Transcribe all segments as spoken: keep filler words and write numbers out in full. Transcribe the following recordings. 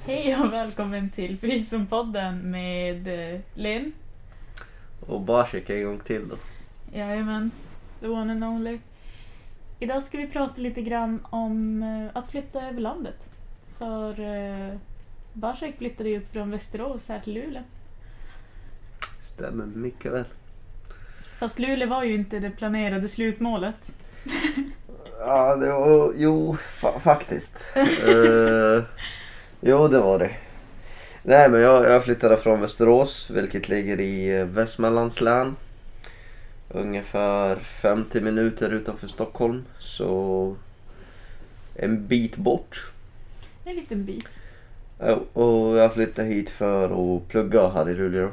Hej och välkommen till Frizompodden med eh, Linn. Och Barsek en gång till då. Jajamän, the one and only. Idag ska vi prata lite grann om eh, att flytta över landet. För eh, Barsek flyttade ju upp från Västerås här till Luleå. Stämmer mycket väl. Fast Luleå var ju inte det planerade slutmålet. Ja, det var, jo, fa- faktiskt. uh, jo, det var det. Nej, men jag, jag flyttade från Västerås, vilket ligger i Västmanlands län. Ungefär femtio minuter utanför Stockholm. Så en bit bort. En liten bit. Ja, och jag flyttade hit för att plugga här i Luleå.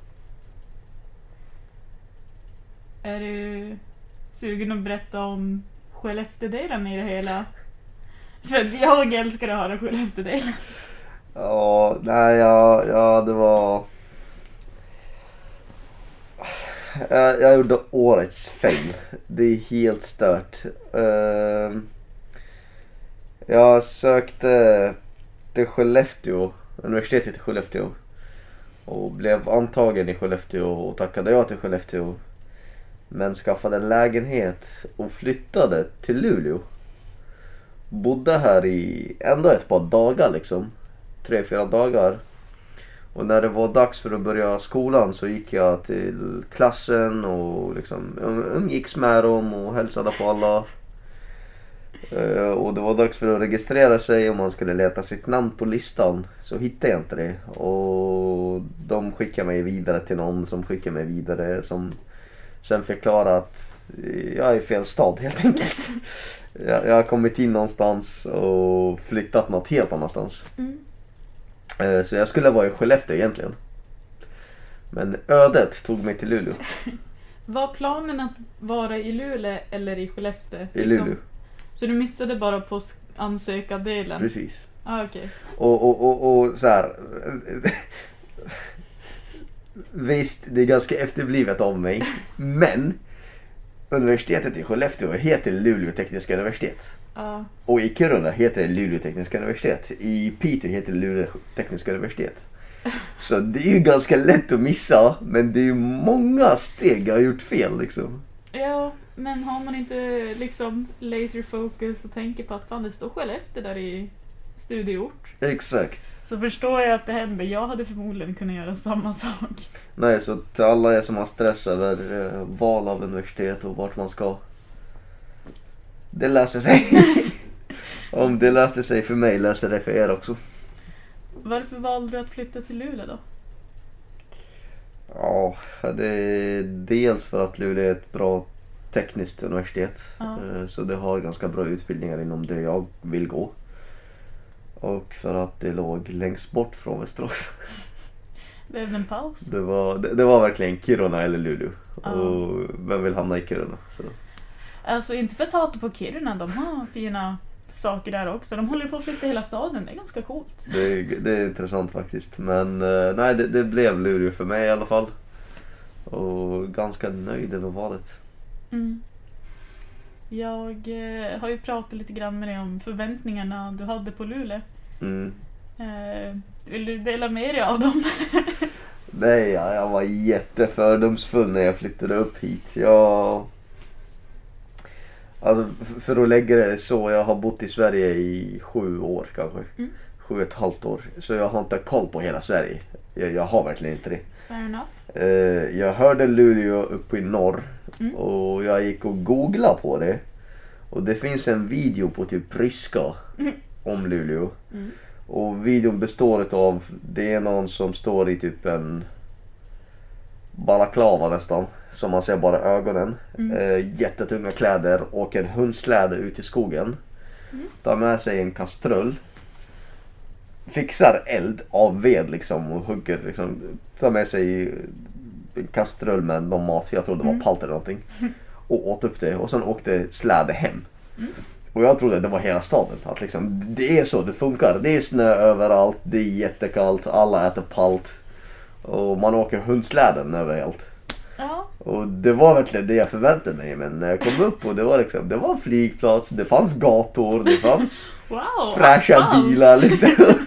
Är du sugen att berätta om Skellefteå-delen i det hela? För att jag älskar att höra Skellefteå-delen. Ja, nej, ja, ja det var... Jag, jag gjorde årets fail. Det är helt stört. Uh, jag sökte till Skellefteå, universitetet i Skellefteå. Och blev antagen i Skellefteå och tackade ja till Skellefteå. Men skaffade lägenhet och flyttade till Luleå. Bodde här i ändå ett par dagar liksom. Tre, fyra dagar. Och när det var dags för att börja skolan så gick jag till klassen och liksom umgicks med dem och hälsade på alla. Och det var dags för att registrera sig och man skulle leta sitt namn på listan. Så hittade jag inte det. Och de skickade mig vidare till någon som skickade mig vidare som sen förklarade att jag är i fel stad helt enkelt. Jag, jag har kommit in någonstans och flyttat något helt annanstans. Mm. Så jag skulle vara i Skellefteå egentligen. Men ödet tog mig till Luleå. Var planen att vara i Luleå eller i Skellefteå? I Luleå. Så du missade bara på ansökardelen? Precis. Ah, okej. Okay. Och, och, och, och så här. Visst, det är ganska efterblivet av mig. Men universitetet i Skellefteå heter Luleå tekniska universitet. Uh. Och i Kiruna heter det Luleå tekniska universitet. I Piteå heter det Luleå tekniska universitet. Så det är ju ganska lätt att missa. Men det är ju många steg jag har gjort fel liksom. Ja, men har man inte liksom laser focus och tänker på att fan det står Skellefteå där i studieort. Exakt. Så förstår jag att det händer. Jag hade förmodligen kunnat göra samma sak. Nej, så till alla er som har stress över eh, val av universitet och vart man ska. Det löser sig. Om det löste sig för mig, löser det för er också. Varför valde du att flytta till Luleå då? Ja, det är dels för att Luleå är ett bra tekniskt universitet. Ja. Så det har ganska bra utbildningar inom det jag vill gå. Och för att det låg längst bort från Västerås. Behövde en paus? Det var, det, det var verkligen Kiruna eller Luleå. Ja. Och vem vill hamna i Kiruna? Så. Alltså inte för att hata på Kiruna, de har fina saker där också. De håller på att flytta hela staden, det är ganska coolt. Det är, det är intressant faktiskt. Men nej, det, det blev Luleå för mig i alla fall. Och ganska nöjd över valet. Mm. Jag eh, har ju pratat lite grann med dig om förväntningarna du hade på Luleå. Mm. Eh, vill du dela med dig av dem? Nej, jag, jag var jättefördomsfull när jag flyttade upp hit. Jag... Alltså, för att lägga det så, jag har bott i Sverige i sju år kanske. Mm. Sju och ett halvt år. Så jag har inte koll på hela Sverige. Jag, jag har verkligen inte det. Fair enough. Uh, jag hörde Luleå uppe i norr. Mm. Och jag gick och googlade på det. Och det finns en video på typ ryska Mm. om Luleå. Mm. Och videon består av, det är någon som står i typ en balaklava nästan. Som man ser bara ögonen. Mm. Eh, jättetunga kläder. Åker hundsläde ut i skogen. Mm. Tar med sig en kastrull. Fixar eld av ved liksom. Och hugger liksom. Tar med sig en kastrull med någon mat. Jag trodde det var Mm. palt eller någonting. Och åt upp det. Och sen åkte släde hem. Mm. Och jag trodde det var hela staden. Att liksom, det är så det funkar. Det är snö överallt. Det är jättekallt. Alla äter palt. Och man åker hundsläden överallt. Ja. Och det var verkligen det jag förväntade mig. Men när jag kom upp och det var liksom, det var en flygplats. Det fanns gator. Det fanns Wow, fräscha asfalt. bilar liksom.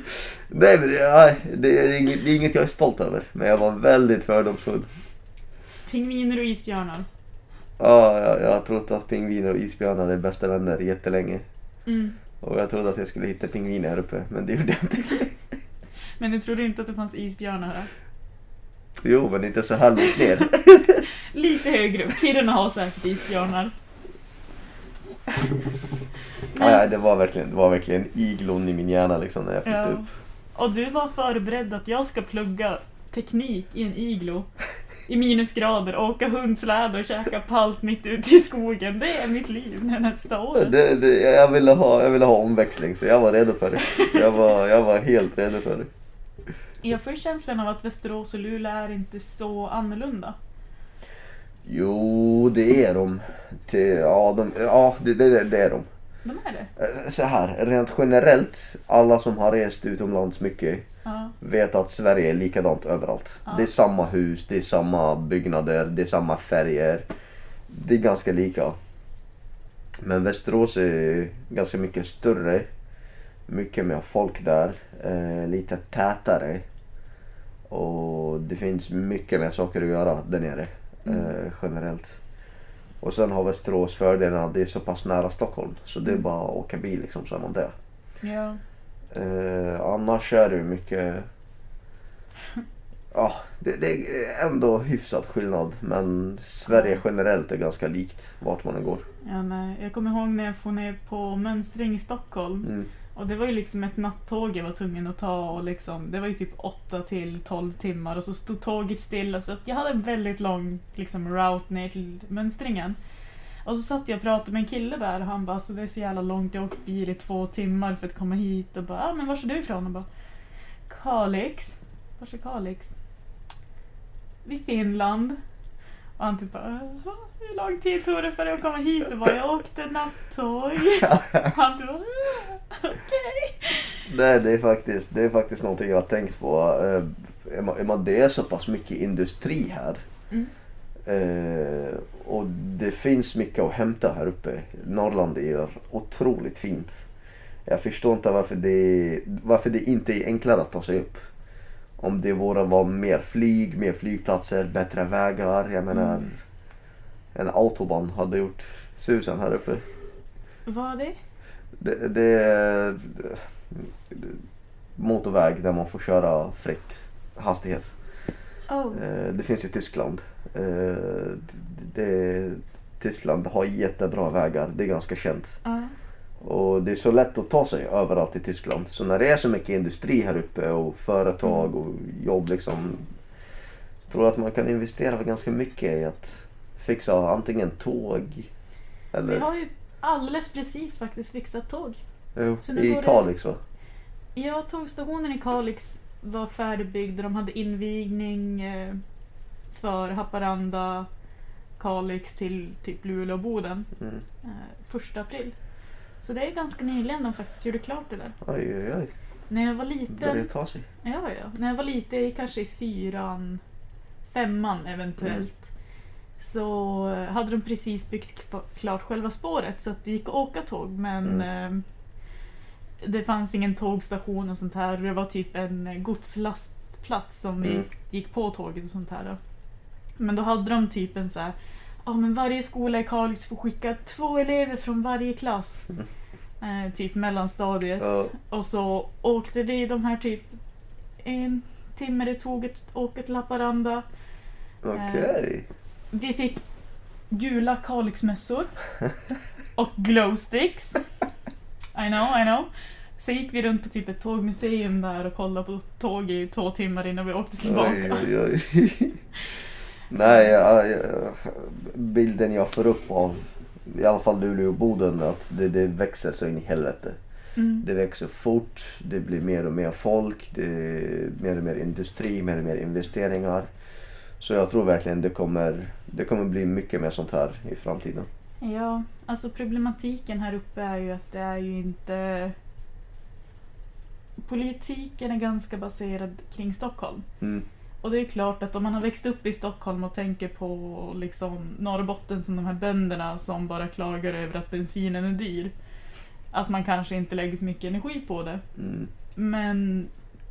Nej, men det, det, är inget, det är inget jag är stolt över. Men jag var väldigt fördomsfull. Pingviner och isbjörnar. Ja, jag, jag har trott att pingviner och isbjörnar är bästa vänner jättelänge. Mm. Och jag trodde att jag skulle hitta pingviner här uppe, men det gjorde jag inte. Men du trodde inte att det fanns isbjörnar här? Jo, men inte så här långt ner. Lite högre upp. Kiruna har säkert isbjörnar. Men... Ja, det var verkligen, det var verkligen iglon i min hjärna liksom när jag fick Ja. upp. Och du var förberedd att jag ska plugga teknik i en iglo. I minusgrader, åka hundsläde och käka palt mitt ute i skogen. Det är mitt liv nästa år. Det, det, jag, ville ha, jag ville ha omväxling, så jag var redo för det. Jag var, jag var helt redo för det. Jag får känslan av att Västerås och Luleå är inte så annorlunda. Jo, det är de. Till, ja, de, ja det, det, det är de. De är det. Så här, rent generellt, alla som har rest utomlands mycket Ja. vet att Sverige är likadant överallt. Ja. Det är samma hus, det är samma byggnader, det är samma färger. Det är ganska lika. Men Västerås är ganska mycket större. Mycket mer folk där. Eh, lite tätare. Och det finns mycket mer saker att göra där nere. Mm. Eh, generellt. Och sen har Västerås fördelen att det är så pass nära Stockholm. Så det är Mm. bara att åka bil liksom, så är man där. Ja. Eh, annars är det mycket... Ja, det, det är ändå hyfsat skillnad. Men Sverige generellt är ganska likt vart man än går. Ja, nej. Jag kommer ihåg när jag får ner på mönstring i Stockholm. Mm. Och det var ju liksom ett nattåg jag var tvungen att ta. Och liksom, det var ju typ åtta till tolv timmar. Och så stod tåget stilla. Så att jag hade en väldigt lång liksom, route ner till mönstringen. Och så satt jag och pratade med en kille där. Och han bara, så det är så jävla långt. Jag har åkt bil i två timmar för att komma hit. Och bara, ah, men var är du ifrån? Och bara, Kalix. Var är Kalix? Vid Finland. Och han typ bara, hur lång tid tog det för att komma hit? Och bara, jag åkte nattåg. Han typ bara, okej. Okay. Nej, det är faktiskt, det är faktiskt någonting jag har tänkt på. Eh, är man, är man, det är så pass mycket industri här. Mm. Eh, och det finns mycket att hämta här uppe. Norrland är otroligt fint. Jag förstår inte varför det, varför det inte är enklare att ta sig upp. Om det vore var mer flyg, mer flygplatser, bättre vägar. Jag menar, Mm. en autobahn hade gjort susen här uppe. Vad är det? Det, det är motorväg där man får köra fritt hastighet. Oh. Eh, Det finns i Tyskland. Eh, det, Tyskland har jättebra vägar, det är ganska känt. Ja. Och det är så lätt att ta sig överallt i Tyskland. Så när det är så mycket industri här uppe och företag och jobb liksom, så tror jag att man kan investera ganska mycket i att fixa antingen tåg eller Vi har ju alldeles precis faktiskt fixat tåg. jo, så nu i går det- Kalix va? Ja, tågstationen i Kalix var färdigbyggd. De hade invigning eh, för Haparanda, Kalix till typ Luleå och Boden. Mm. Eh, första april. Så det är ganska nyligen de faktiskt gjorde klart det där. Oj, oj, oj. När jag var Börjar liten, ta sig. ja, ja. När jag var liten, kanske i fyran, femman eventuellt, så hade de precis byggt k- klart själva spåret så att det gick att åka tåg, men eh, det fanns ingen tågstation och sånt här. Det var typ en godslastplats som vi Mm. gick på tåget och sånt här då. Men då hade de typ en så här, ja men varje skola i Kalix får skicka två elever från varje klass. Eh, typ mellanstadiet. Ja. Och så åkte vi de här typ en timme det tog att åka till Haparanda. Okej. Vi fick gula Kalixmössor och glowsticks. I know, I know. Så gick vi runt på typ ett tågmuseum där och kollade på tåg i två timmar innan vi åkte tillbaka. Oj, oj, oj. Nej, jag, jag, bilden jag får upp av i alla fall Luleå och Boden, att det, det växer så in i helvete. Mm. Det växer fort, det blir mer och mer folk, det är mer och mer industri, mer och mer investeringar. Så jag tror verkligen det kommer, det kommer bli mycket mer sånt här i framtiden. Ja, alltså problematiken här uppe är ju att det är ju inte... Politiken är ganska baserad kring Stockholm. Mm. Och det är klart att om man har växt upp i Stockholm och tänker på liksom Norrbotten som de här bönderna som bara klagar över att bensinen är dyr, att man kanske inte lägger så mycket energi på det. Mm. Men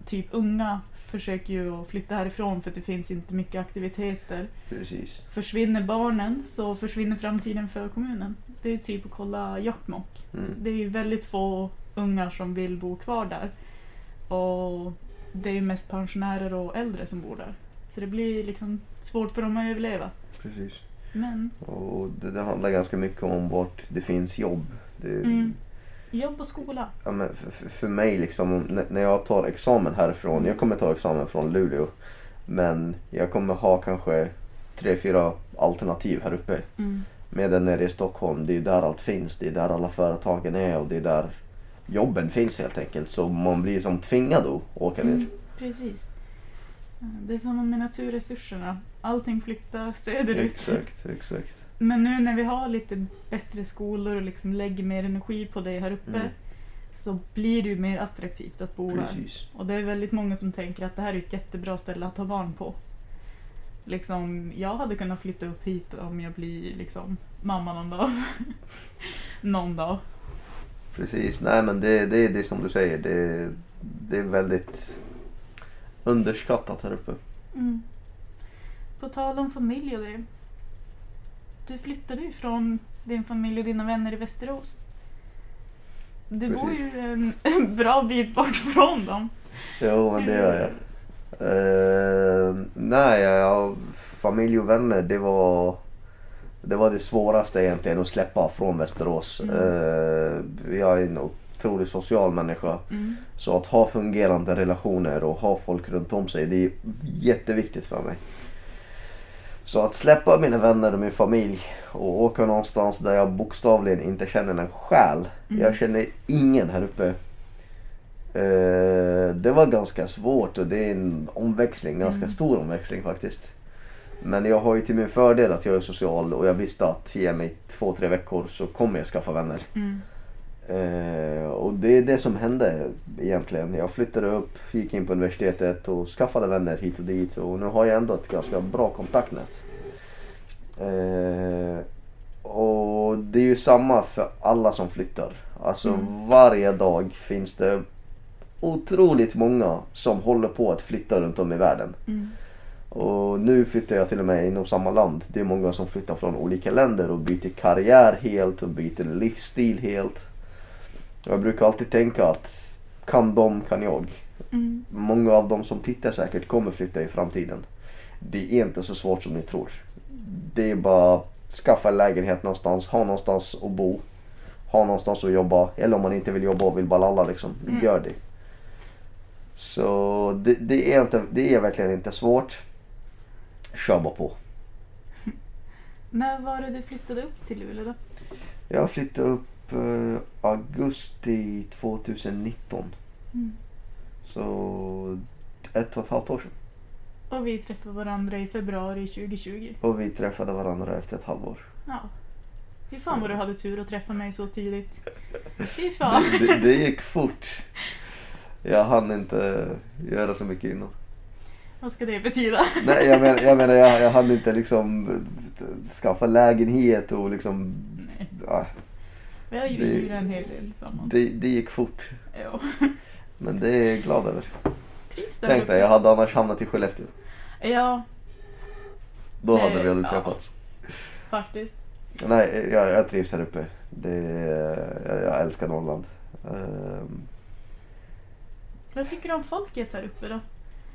typ unga försöker ju att flytta härifrån för att det finns inte mycket aktiviteter. Precis. Försvinner barnen så försvinner framtiden för kommunen. Det är typ att kolla Jokkmokk. Mm. Det är ju väldigt få ungar som vill bo kvar där. Och det är ju mest pensionärer och äldre som bor där. Så det blir liksom svårt för dem att överleva. Precis. Men Och det, det handlar ganska mycket om vart det finns jobb. Det, mm. jobb och skola. ja, men för, för, för mig liksom, n- när jag tar examen härifrån, jag kommer ta examen från Luleå, men jag kommer ha kanske tre, fyra alternativ här uppe. Mm. Medan nere i Stockholm, det är där allt finns, det är där alla företagen är och det är där jobben finns helt enkelt. Så man blir som tvingad att åka ner. Mm, precis. Det är som med naturresurserna. Allting flyttar söderut. Exakt, exakt. Men nu när vi har lite bättre skolor och liksom lägger mer energi på det här uppe Mm. så blir det ju mer attraktivt att bo här. Precis. Och det är väldigt många som tänker att det här är ett jättebra ställe att ha barn på. Liksom, jag hade kunnat flytta upp hit om jag blir liksom mamma någon dag. någon dag. Precis, nej men det, det är det som du säger, det, det är väldigt underskattat här uppe. Mm. På tal om familj och det. Du flyttade ju från din familj och dina vänner i Västerås. Du Precis. bor ju en, en bra bit bort från dem. Jo, men det gör jag. Uh, nej, ja, familj och vänner, det var det var det svåraste egentligen att släppa från Västerås. Mm. Uh, jag är en otroligt social människa. Mm. Så att ha fungerande relationer och ha folk runt om sig, det är jätteviktigt för mig. Så att släppa mina vänner och min familj och åka någonstans där jag bokstavligen inte känner en själ. Mm. Jag känner ingen här uppe. Uh, det var ganska svårt och det är en omväxling, ganska Mm. stor omväxling faktiskt. Men jag har ju till min fördel att jag är social och jag visste att ge mig två, tre veckor så kommer jag skaffa vänner. Mm. Uh, och det är det som hände egentligen. Jag flyttade upp, gick in på universitetet och skaffade vänner hit och dit och nu har jag ändå ett ganska bra kontaktnät. Uh, och det är ju samma för alla som flyttar. Alltså Mm. varje dag finns det otroligt många som håller på att flytta runt om i världen. Mm. Och nu flyttar jag till och med inom samma land. Det är många som flyttar från olika länder och byter karriär helt och byter livsstil helt. Jag brukar alltid tänka att kan de, kan jag. Mm. Många av dem som tittar säkert kommer flytta i framtiden. Det är inte så svårt som ni tror. Det är bara skaffa en lägenhet någonstans, ha någonstans att bo, ha någonstans att jobba. Eller om man inte vill jobba och vill bara lalla liksom, Mm. gör det. Så det, det, är inte, det är verkligen inte svårt. Kör bara på. När var det du flyttade upp till Luleå då? Jag flyttade upp eh, augusti tjugonitton. Mm. Så ett och ett halvt år sedan. Och vi träffade varandra i februari tjugohundratjugo. Och vi träffade varandra efter ett halvår. Ja. Fy fan vad du hade tur att träffa mig så tidigt. Fy fan. Det, det, det gick fort. Jag hann inte göra så mycket innan. Vad ska det betyda? Nej, jag menar, jag, menar jag, jag hann inte liksom skaffa lägenhet och liksom... Nej. Ja, Vi har ju Det- hyrat en hel del tillsammans. det, det gick fort. Jo. Men det är jag glad över. Trivs du? Tänk dig, jag hade annars hamnat i Skellefteå. Ja, Då Nej, hade vi aldrig ja. träffats. faktiskt. Nej, jag, jag trivs här uppe. Det, jag, jag älskar Norrland. Um, Vad tycker du om folket här uppe då?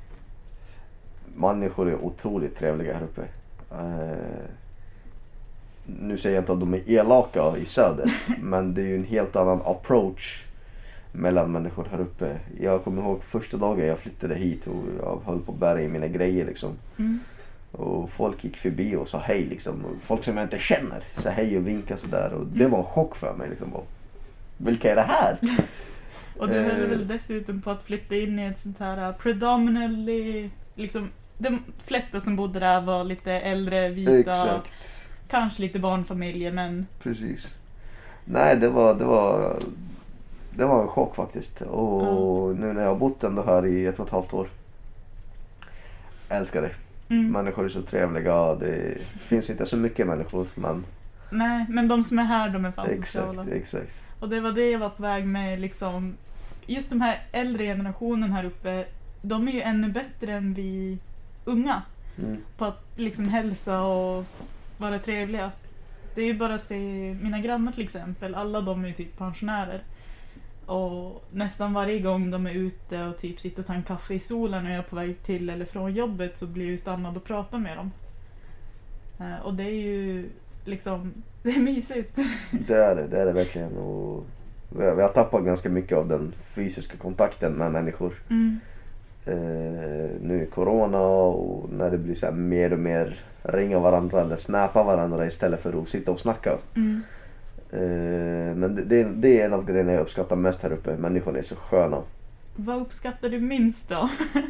människor är otroligt trevliga här uppe. Uh, nu säger jag inte att de är elaka i söder, men det är ju en helt annan approach mellan människor här uppe. Jag kommer ihåg första dagen jag flyttade hit och jag höll på att bära i mina grejer liksom. Mm. Och folk gick förbi och sa hej liksom. Och folk som jag inte känner sa hej och vinkade sådär. Och det var en chock för mig liksom. Och, vilka är det här? Och du höll Eh. väl dessutom på att flytta in i ett sånt här uh, predominantly, liksom, de flesta som bodde där var lite äldre, vita, Exakt, kanske lite barnfamiljer, men precis. Nej, det var, det var, det var en chock faktiskt. Och nu när jag har bott ändå här i ett och ett halvt år. Älskar det. mm. Människor är så trevliga. Det finns inte så mycket människor, men nej, men de som är här, de är fan sociala. exakt, exakt. Och det var det jag var på väg med, liksom, just de här äldre generationen här uppe de är ju ännu bättre än vi unga Mm. på att liksom hälsa och vara trevliga. Det är ju bara att se mina grannar till exempel, alla de är ju typ pensionärer. Och nästan varje gång de är ute och typ sitter och tar en kaffe i solen och jag är på väg till eller från jobbet så blir jag ju stannad och pratar med dem. Eh, och det är ju liksom, det är mysigt. Det är det, det är det verkligen. Och vi har, vi har tappat ganska mycket av den fysiska kontakten med människor. Mm. Eh, nu är corona och när det blir så här mer och mer ringa varandra eller snappa varandra istället för att sitta och snacka. Mm. Eh, men det, det, är, det är en av grejerna jag uppskattar mest här uppe. Människorna är så sköna. Vad uppskattar du minst då?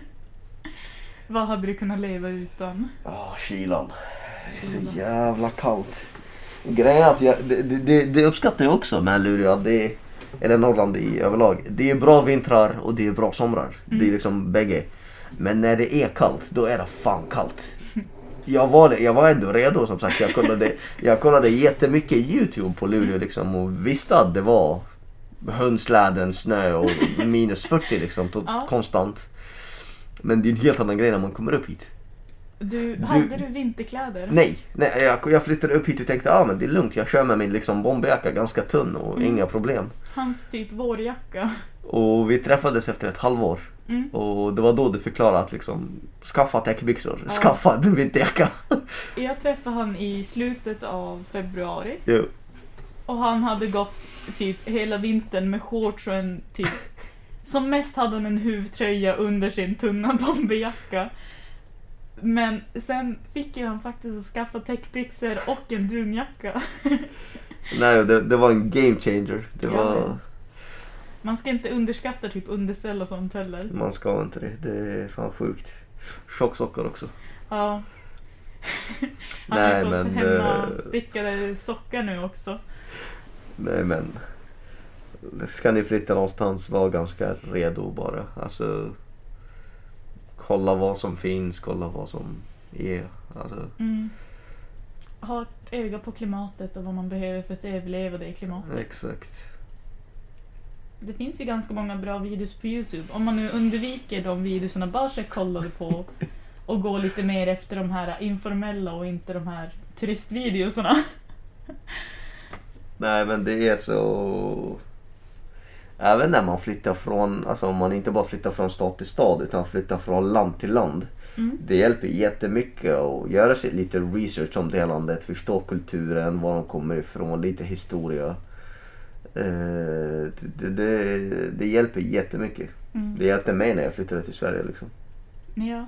Vad hade du kunnat leva utan? Ja, kylan. Det är så jävla kallt. Grejen är att jag, det, det, det uppskattar jag också med Luleå. Det är, eller Norrland i överlag. Det är bra vintrar och det är bra somrar. Mm. Det är liksom bägge. Men när det är kallt, då är det fan kallt. Jag var, jag var ändå redo som sagt. Jag kollade, jag kollade jättemycket YouTube på Luleå liksom, och visste att det var hundsläden, snö och minus fyrtio liksom, to- Ja. konstant. Men det är en helt annan grej när man kommer upp hit. Du, hade du vinterkläder? Nej, nej jag, jag flyttade upp hit och tänkte ah, men det är lugnt, jag kör med min liksom bomberjacka ganska tunn och Mm. inga problem. Hans typ vårjacka. Och vi träffades efter ett halvår. Mm. Och det var då du förklarade att liksom skaffa täckbyxor, Ja. skaffa en vinterjacka. Jag träffade han i slutet av februari. Jo. Och han hade gått typ hela vintern med shorts och en typ... Som mest hade han en huvtröja under sin tunna bomberjacka. Men sen fick ju han faktiskt att skaffa täckbyxor och en dunjacka. Nej, det, det var en game changer. Det Ja, var... ja. Man ska inte underskatta typ underställ och sånt heller. Man ska inte det. Det är fan sjukt. Tjocksockor också. Ja. Han Nej, har fått men, hemma eh, stickade sockar nu också. Nej men. Ska ni flytta någonstans, var ganska redo bara. Alltså. Kolla vad som finns, kolla vad som är. Alltså. Mm. Ha ett öga på klimatet och vad man behöver för att överleva det klimatet. Exakt. Det finns ju ganska många bra videos på YouTube. Om man nu undviker de videorna Barsek kollade på och går lite mer efter de här informella och inte de här turistvideorna. Nej men det är så. Även när man flyttar från, alltså om man inte bara flyttar från stad till stad utan flyttar från land till land. Mm. Det hjälper jättemycket att göra sig lite research om det landet, förstå kulturen, var de kommer ifrån, lite historia. Eh, det, det, det hjälper jättemycket. Mm. Det hjälpte mig när jag flyttade till Sverige liksom. Ja.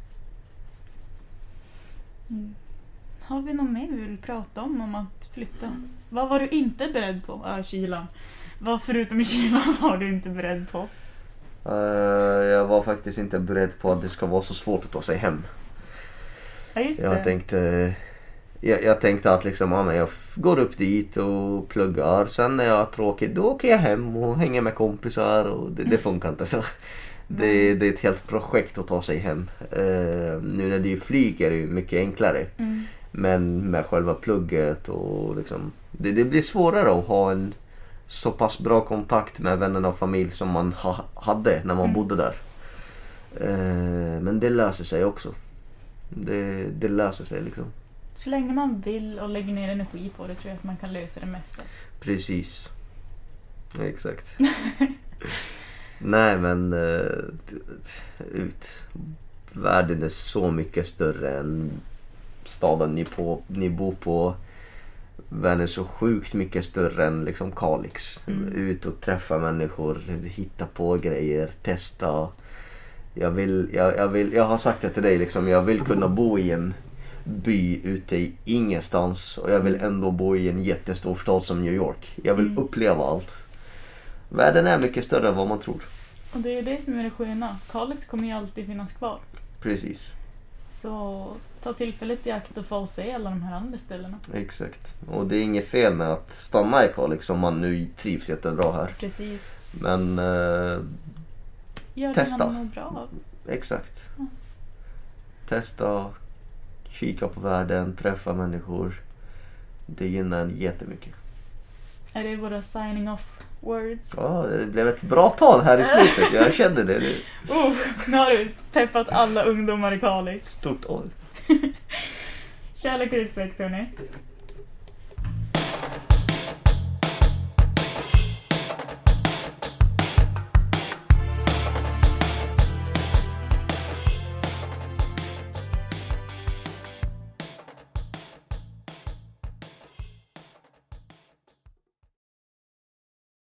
Mm. Har vi något mer vi vill prata om om att flytta? Vad var du inte beredd på? Ja, kylan. Vad förutom kylan var du inte beredd på? Eh, jag var faktiskt inte beredd på att det ska vara så svårt att ta sig hem. Ja, just Jag det. tänkte, jag, jag tänkte att liksom, ja, men jag går upp dit och pluggar. Sen när jag är tråkig, då åker jag hem och hänger med kompisar. Och det, det funkar inte så. Det, det är ett helt projekt att ta sig hem. Uh, nu när det är flyg är det ju mycket enklare. Mm. Men med själva plugget och liksom, det, det blir svårare att ha en så pass bra kontakt med vännerna och familj som man ha, hade när man Mm. bodde där. Uh, men det löser sig också. Det, det löser sig liksom. Så länge man vill och lägger ner energi på det tror jag att man kan lösa det mesta. Precis. Ja, exakt. Nej men uh, ut. Världen är så mycket större än staden ni, på, ni bor på. Världen är så sjukt mycket större än liksom Kalix. Mm. Ut och träffa människor, hitta på grejer, testa. Jag vill, jag, jag vill, jag har sagt det till dig liksom, jag vill kunna bo i en by ute i ingenstans och jag vill ändå bo i en jättestor stad som New York. Jag vill Mm. uppleva allt. Världen är mycket större än vad man tror. Och det är det som är det sköna. Kalix kommer ju alltid finnas kvar. Precis. Så ta tillfället i akt och få se alla de här andra ställena. Exakt. Och det är inget fel med att stanna i Kalix om man nu trivs jättebra här. Precis. Men eh, Gör Testa. det man mår bra av. exakt. Ja. Testa, kika på världen, träffa människor. Det gynnar en jättemycket. Är det våra signing off words? Ja, det blev ett bra tal här i slutet. Jag kände det nu. Oh, nu har du peppat alla ungdomar i Kalix. Stort ord. Kärlek och respekt, hörni.